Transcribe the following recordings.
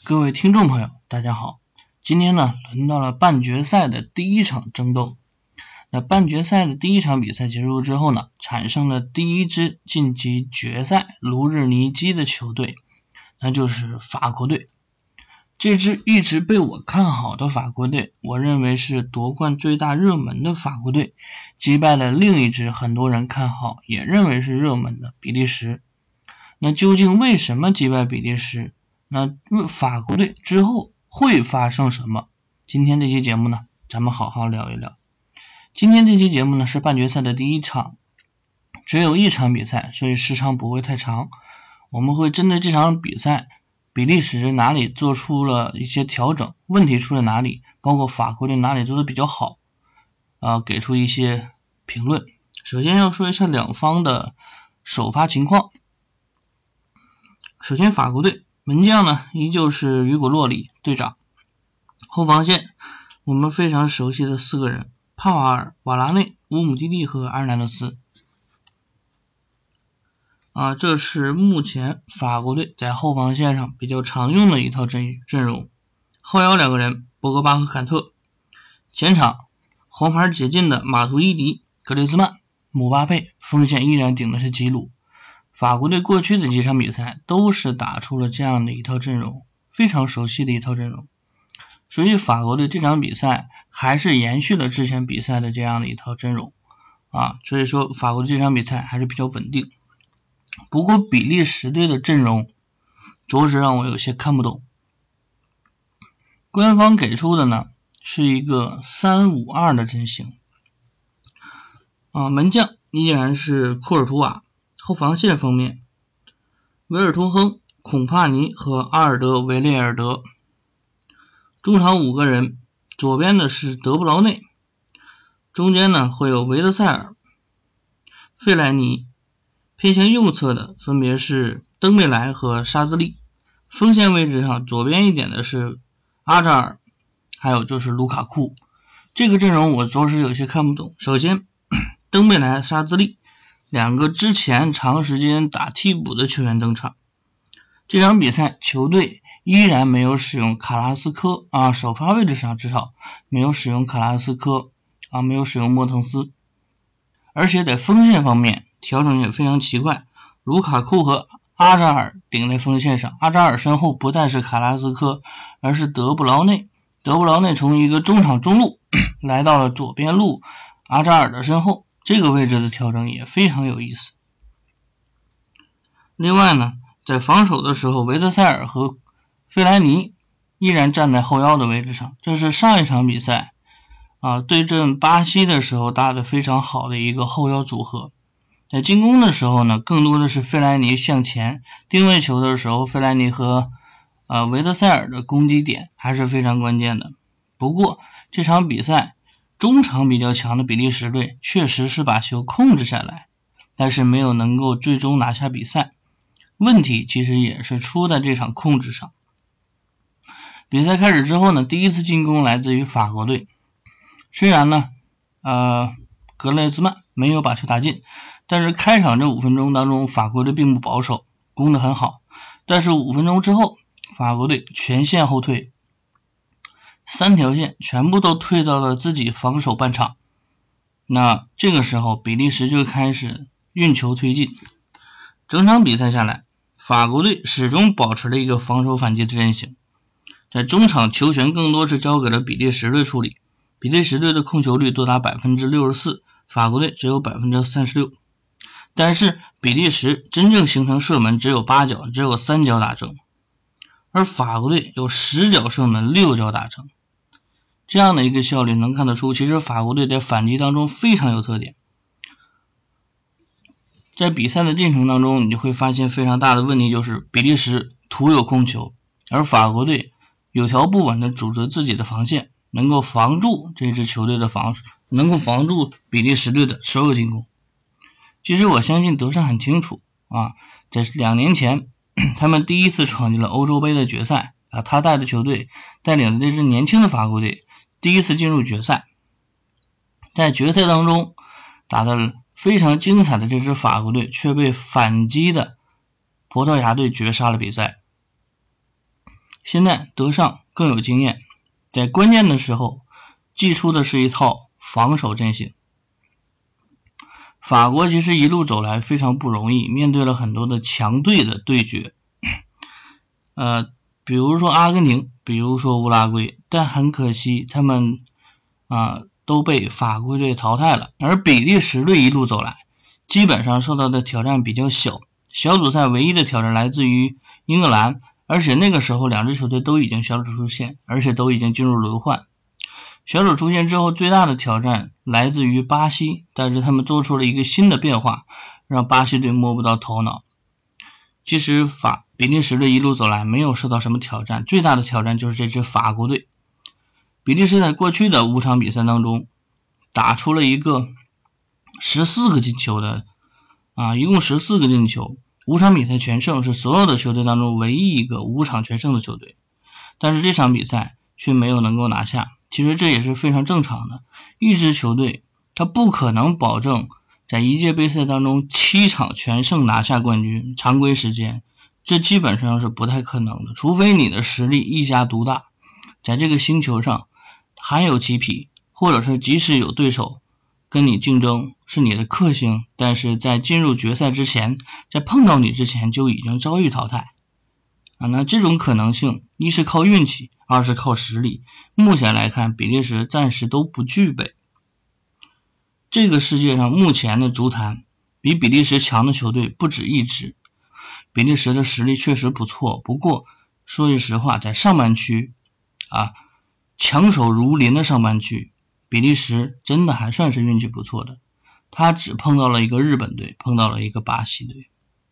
各位听众朋友大家好，今天呢轮到了半决赛的第一场争斗。那半决赛的第一场比赛结束之后呢，产生了第一支晋级决赛卢日尼基的球队，那就是法国队。这支一直被我看好的法国队，我认为是夺冠最大热门的法国队，击败了另一支很多人看好也认为是热门的比利时。那究竟为什么击败比利时？那法国队之后会发生什么？今天这期节目呢，咱们好好聊一聊。今天这期节目呢是半决赛的第一场，只有一场比赛，所以时长不会太长。我们会针对这场比赛，比利时哪里做出了一些调整，问题出在哪里，包括法国队哪里做的比较好，给出一些评论。首先要说一下两方的首发情况。首先法国队门将呢依旧是雨果洛里队长，后防线我们非常熟悉的四个人，帕瓦尔、瓦拉内、乌姆蒂蒂和阿尔南德斯。这是目前法国队在后防线上比较常用的一套阵容。后腰两个人，博格巴和坎特。前场黄牌解禁的马图伊迪、格列兹曼、姆巴佩，锋线依然顶的是吉鲁。法国队过去的几场比赛都是打出了这样的一套阵容，非常熟悉的一套阵容，所以法国队这场比赛还是延续了之前比赛的这样的一套阵容所以说法国队这场比赛还是比较稳定。不过比利时队的阵容着实让我有些看不懂，官方给出的呢是一个3-5-2的阵型门将依然是库尔图瓦。后防线方面，维尔图亨、孔帕尼和阿尔德维列尔德。中场5个人，左边的是德布劳内，中间呢会有维德塞尔、费莱尼，偏向右侧的分别是登贝莱和沙兹利。锋线位置上左边一点的是阿扎尔，还有就是卢卡库。这个阵容我着实有些看不懂。首先登贝莱、沙兹利两个之前长时间打替补的球员登场。这场比赛球队依然没有使用卡拉斯科首发位置上至少没有使用卡拉斯科没有使用莫滕斯。而且在锋线方面调整也非常奇怪，卢卡库和阿扎尔顶在锋线上，阿扎尔身后不但是卡拉斯科，而是德布劳内。德布劳内从一个中场中路来到了左边路阿扎尔的身后，这个位置的调整也非常有意思。另外呢，在防守的时候，维德塞尔和费莱尼依然站在后腰的位置上，这是上一场比赛对阵巴西的时候打得非常好的一个后腰组合。在进攻的时候呢，更多的是费莱尼向前定位球的时候，费莱尼和维德塞尔的攻击点还是非常关键的。不过这场比赛中场比较强的比利时队确实是把球控制下来，但是没有能够最终拿下比赛。问题其实也是出在这场控制上。比赛开始之后呢，第一次进攻来自于法国队。虽然呢格列兹曼没有把球打进，但是开场这5分钟当中法国队并不保守，攻得很好。但是5分钟之后法国队全线后退，3条线全部都退到了自己防守半场。那这个时候比利时就开始运球推进。整场比赛下来，法国队始终保持了一个防守反击的阵型，在中场球权更多是交给了比利时队处理。比利时队的控球率多达 64%， 法国队只有 36%。 但是比利时真正形成射门只有8脚，只有3脚打正，而法国队有10脚射门6脚打正。这样的一个效率能看得出，其实法国队在反击当中非常有特点。在比赛的进程当中，你就会发现非常大的问题，就是比利时徒有控球，而法国队有条不紊地组织自己的防线，能够防住这支球队的能够防住比利时队的所有进攻。其实我相信德尚很清楚在2年前他们第一次闯进了欧洲杯的决赛他带的球队带领的这支年轻的法国队第一次进入决赛，在决赛当中打得非常精彩的这支法国队却被反击的葡萄牙队绝杀了比赛。 现在德尚更有经验，在关键的时候祭出的是一套防守阵型。法国其实一路走来非常不容易，面对了很多的强队的对决，比如说阿根廷，比如说乌拉圭，但很可惜他们都被法国队淘汰了。而比利时队一路走来，基本上受到的挑战比较小，小组赛唯一的挑战来自于英格兰，而且那个时候两支球队都已经小组出线，而且都已经进入轮换。小组出线之后，最大的挑战来自于巴西，但是他们做出了一个新的变化，让巴西队摸不到头脑。其实比利时队一路走来没有受到什么挑战，最大的挑战就是这支法国队。比利时在过去的5场比赛当中打出了一个14个进球的一共14个进球，5场比赛全胜，是所有的球队当中唯一一个5场全胜的球队。但是这场比赛却没有能够拿下，其实这也是非常正常的，一支球队他不可能保证在一届杯赛当中7场全胜拿下冠军，常规时间这基本上是不太可能的，除非你的实力一家独大，在这个星球上罕有其匹，或者是即使有对手跟你竞争是你的克星，但是在进入决赛之前，在碰到你之前就已经遭遇淘汰那这种可能性一是靠运气，二是靠实力，目前来看比利时暂时都不具备。这个世界上目前的足坛比比利时强的球队不止一支，比利时的实力确实不错，不过说句实话，在上半区强手如林的上半区，比利时真的还算是运气不错的，他只碰到了一个日本队，碰到了一个巴西队。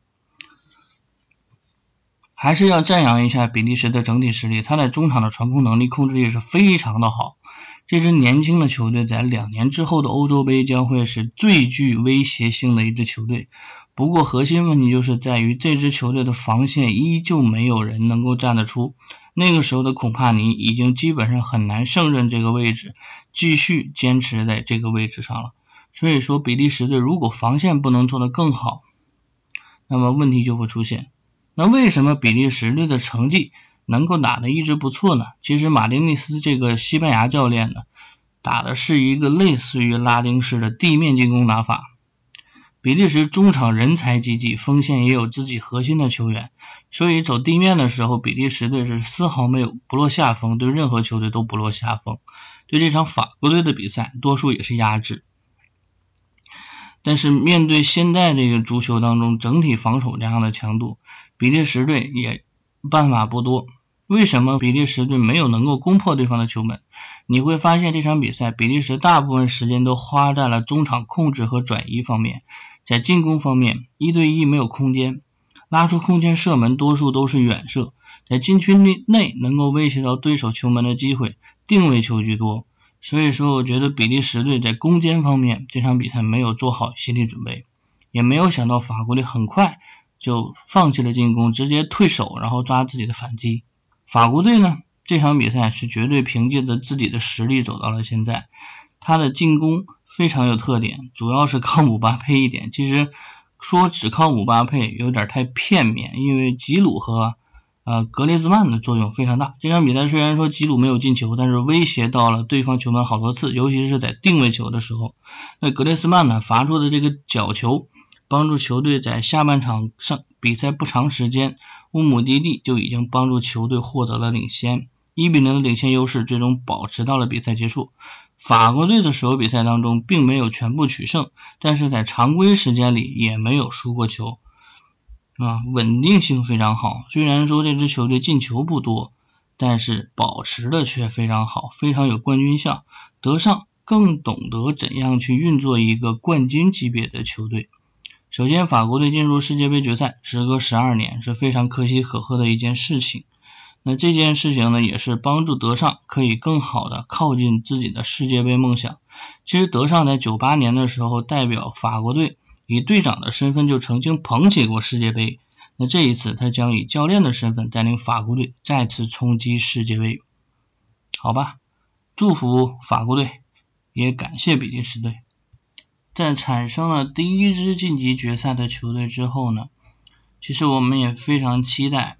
还是要赞扬一下比利时的整体实力，他在中场的传控能力、控制力是非常的好。这支年轻的球队在2年之后的欧洲杯将会是最具威胁性的一支球队。不过核心问题就是在于这支球队的防线依旧没有人能够站得出，那个时候的孔帕尼已经基本上很难胜任这个位置，继续坚持在这个位置上了。所以说比利时队如果防线不能做得更好，那么问题就会出现。那为什么比利时队的成绩能够打得一直不错呢？其实马丁内斯这个西班牙教练呢，打的是一个类似于拉丁式的地面进攻打法。比利时中场人才济济，锋线也有自己核心的球员，所以走地面的时候，比利时队是丝毫没有不落下风，对任何球队都不落下风。对这场法国队的比赛，多数也是压制。但是面对现在这个足球当中整体防守这样的强度，比利时队也办法不多。为什么比利时队没有能够攻破对方的球门？你会发现这场比赛比利时大部分时间都花在了中场控制和转移方面，在进攻方面1对1没有空间，拉出空间射门多数都是远射，在禁区内能够威胁到对手球门的机会定位球居多。所以说我觉得比利时队在攻坚方面这场比赛没有做好心理准备，也没有想到法国队很快就放弃了进攻，直接退守，然后抓自己的反击。法国队呢，这场比赛是绝对凭借着自己的实力走到了现在，他的进攻非常有特点，主要是靠姆巴佩一点。其实说只靠姆巴佩有点太片面，因为吉鲁和格列兹曼的作用非常大。这场比赛虽然说吉鲁没有进球，但是威胁到了对方球门好多次，尤其是在定位球的时候。那格列兹曼呢罚出的这个角球，帮助球队在下半场上比赛不长时间，乌姆蒂蒂就已经帮助球队获得了领先，1-0的领先优势最终保持到了比赛结束。法国队的所有比赛当中并没有全部取胜，但是在常规时间里也没有输过球稳定性非常好。虽然说这支球队进球不多，但是保持的却非常好，非常有冠军相。德尚更懂得怎样去运作一个冠军级别的球队。首先法国队进入世界杯决赛时隔12年是非常可喜可贺的一件事情。那这件事情呢，也是帮助德尚可以更好的靠近自己的世界杯梦想。其实德尚在98年的时候代表法国队以队长的身份就曾经捧起过世界杯，那这一次他将以教练的身份带领法国队再次冲击世界杯。好吧，祝福法国队，也感谢比利时队。在产生了第一支晋级决赛的球队之后呢，其实我们也非常期待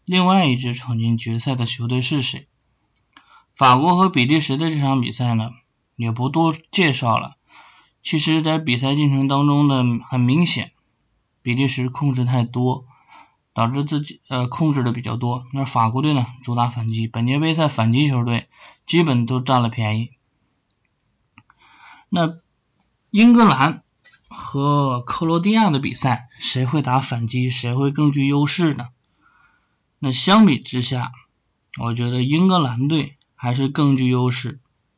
另外一支闯进决赛的球队是谁。法国和比利时的这场比赛呢，也不多介绍了。其实在比赛进程当中呢，很明显比利时控制太多，导致自己控制的比较多。那法国队呢主打反击，本届杯赛反击球队基本都占了便宜。那英格兰和克罗地亚的比赛，谁会打反击，谁会更具优势呢？那相比之下，我觉得英格兰队还是更具优势。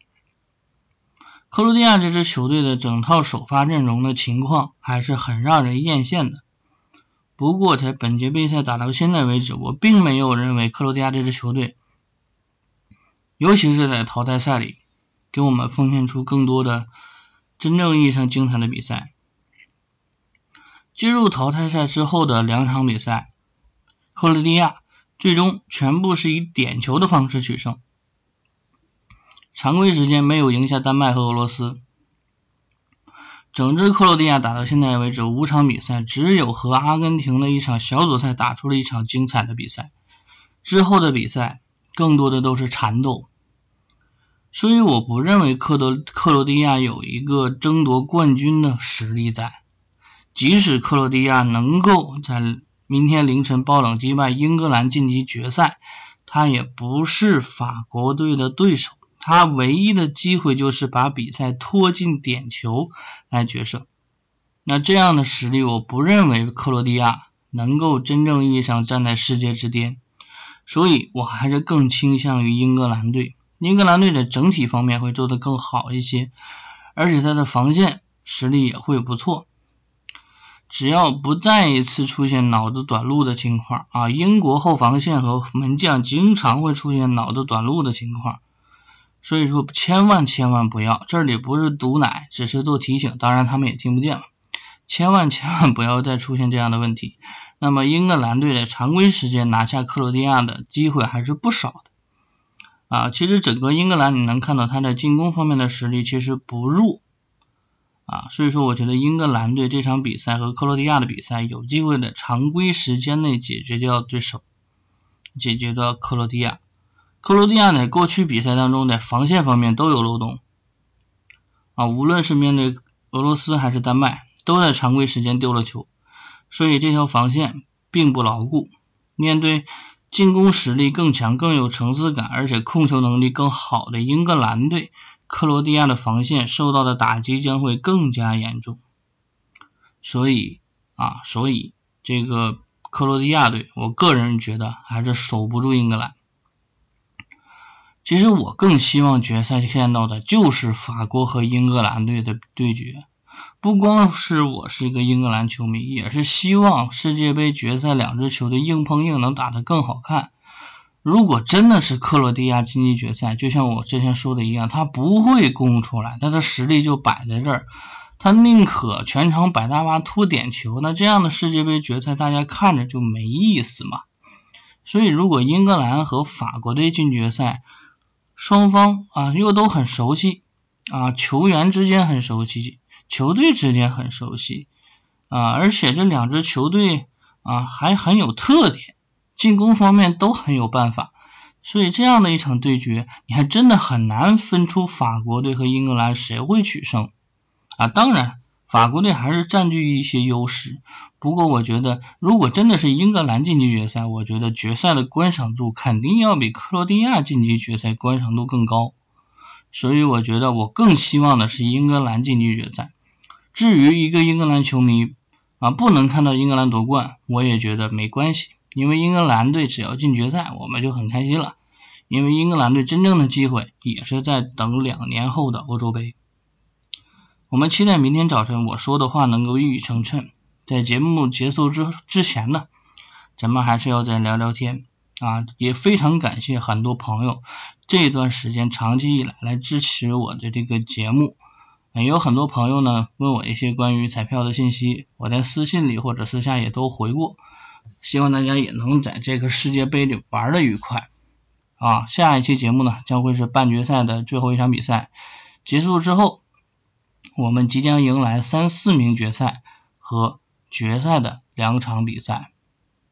克罗地亚这支球队的整套首发阵容的情况还是很让人艳羡的。不过在本届杯赛打到现在为止，我并没有认为克罗地亚这支球队，尤其是在淘汰赛里，给我们奉献出更多的真正意义上精彩的比赛。进入淘汰赛之后的2场比赛，克罗地亚最终全部是以点球的方式取胜，常规时间没有赢下丹麦和俄罗斯。整支克罗地亚打到现在为止5场比赛，只有和阿根廷的一场小组赛打出了一场精彩的比赛，之后的比赛更多的都是缠斗。所以我不认为克罗地亚有一个争夺冠军的实力在。即使克罗地亚能够在明天凌晨爆冷击败英格兰晋级决赛，他也不是法国队的对手，他唯一的机会就是把比赛拖进点球来决胜。那这样的实力，我不认为克罗地亚能够真正意义上站在世界之巅，所以我还是更倾向于英格兰队。英格兰队的整体方面会做得更好一些，而且他的防线实力也会不错。只要不再一次出现脑子短路的情况啊，英国后防线和门将经常会出现脑子短路的情况，所以说千万不要，这里不是毒奶，只是做提醒，当然他们也听不见了，千万不要再出现这样的问题。那么英格兰队的常规时间拿下克罗地亚的机会还是不少的其实整个英格兰你能看到他在进攻方面的实力其实不弱所以说我觉得英格兰队这场比赛和克罗地亚的比赛有机会在常规时间内解决掉对手，解决掉克罗地亚。克罗地亚在过去比赛当中在防线方面都有漏洞无论是面对俄罗斯还是丹麦，都在常规时间丢了球，所以这条防线并不牢固。面对进攻实力更强、更有层次感，而且控球能力更好的英格兰队，克罗地亚的防线受到的打击将会更加严重。所以这个克罗地亚队，我个人觉得还是守不住英格兰。其实我更希望决赛看到的就是法国和英格兰队的对决。不光是我是一个英格兰球迷，也是希望世界杯决赛2支球队硬碰硬能打得更好看。如果真的是克罗地亚晋级决赛，就像我之前说的一样，他不会攻出来，他的实力就摆在这儿，他宁可全场摆大巴拖点球，那这样的世界杯决赛大家看着就没意思嘛。所以如果英格兰和法国队进决赛，双方又都很熟悉球员之间很熟悉，球队之间很熟悉而且这2支球队还很有特点，进攻方面都很有办法，所以这样的一场对决，你还真的很难分出法国队和英格兰谁会取胜当然法国队还是占据一些优势，不过我觉得如果真的是英格兰晋级决赛，我觉得决赛的观赏度肯定要比克罗地亚晋级决赛观赏度更高，所以我觉得我更希望的是英格兰晋级决赛。至于一个英格兰球迷不能看到英格兰夺冠，我也觉得没关系，因为英格兰队只要进决赛我们就很开心了，因为英格兰队真正的机会也是在等2年后的欧洲杯。我们期待明天早晨我说的话能够一语成谶。在节目结束之前呢，咱们还是要再聊聊天也非常感谢很多朋友这段时间长期以来支持我的这个节目也有很多朋友呢问我一些关于彩票的信息，我在私信里或者私下也都回过，希望大家也能在这个世界杯里玩得愉快下一期节目呢将会是半决赛的最后一场比赛结束之后，我们即将迎来3、4名决赛和决赛的2场比赛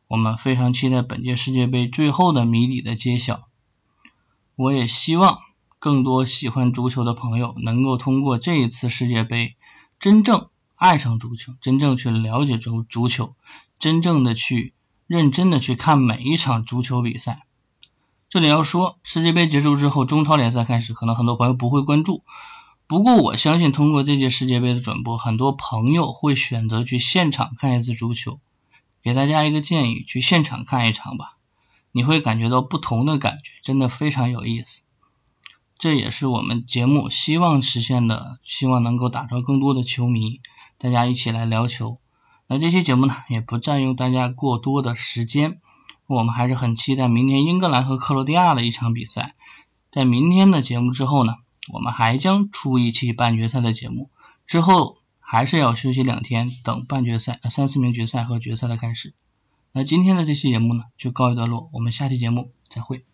我们非常期待本届世界杯最后的谜底的揭晓。我也希望更多喜欢足球的朋友能够通过这一次世界杯真正爱上足球，真正去了解足球，真正的去认真的去看每一场足球比赛。这里要说，世界杯结束之后，中超联赛开始，可能很多朋友不会关注，不过我相信通过这届世界杯的转播，很多朋友会选择去现场看一次足球。给大家一个建议，去现场看一场吧，你会感觉到不同的感觉，真的非常有意思。这也是我们节目希望实现的，希望能够打造更多的球迷，大家一起来聊球。那这期节目呢，也不占用大家过多的时间，我们还是很期待明天英格兰和克罗地亚的一场比赛。在明天的节目之后呢，我们还将出一期半决赛的节目，之后还是要休息2天，等半决赛、3、4名决赛和决赛的开始。那今天的这期节目呢，就告一段落，我们下期节目再会。